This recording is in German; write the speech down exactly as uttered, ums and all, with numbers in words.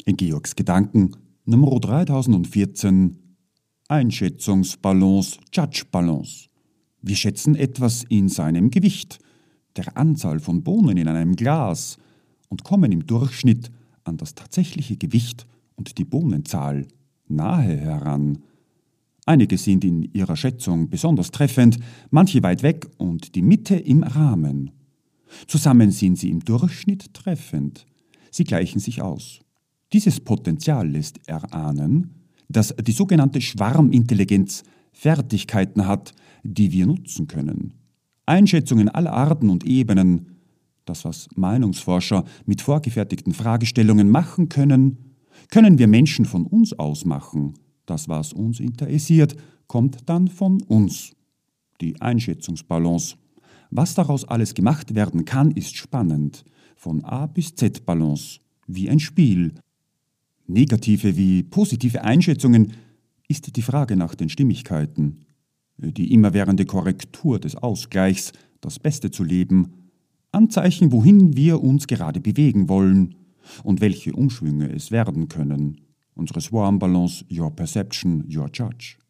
Georgs Gedanken Nummer dreitausendvierzehn Einschätzungsbalance, Judge Balance. Wir schätzen etwas in seinem Gewicht, der Anzahl von Bohnen in einem Glas und kommen im Durchschnitt an das tatsächliche Gewicht und die Bohnenzahl nahe heran. Einige sind in ihrer Schätzung besonders treffend, manche weit weg und die Mitte im Rahmen. Zusammen sind sie im Durchschnitt treffend. Sie gleichen sich aus. Dieses Potenzial lässt erahnen, dass die sogenannte Schwarmintelligenz Fertigkeiten hat, die wir nutzen können. Einschätzungen aller Arten und Ebenen, das was Meinungsforscher mit vorgefertigten Fragestellungen machen können, können wir Menschen von uns aus machen. Das, was uns interessiert, kommt dann von uns. Die Einschätzungsbalance. Was daraus alles gemacht werden kann, ist spannend. Von A bis Z Balance, wie ein Spiel. Negative wie positive Einschätzungen ist die Frage nach den Stimmigkeiten. Die immerwährende Korrektur des Ausgleichs, das Beste zu leben. Anzeichen, wohin wir uns gerade bewegen wollen und welche Umschwünge es werden können. Unsere Swarm Balance, Your Perception, Your Judge.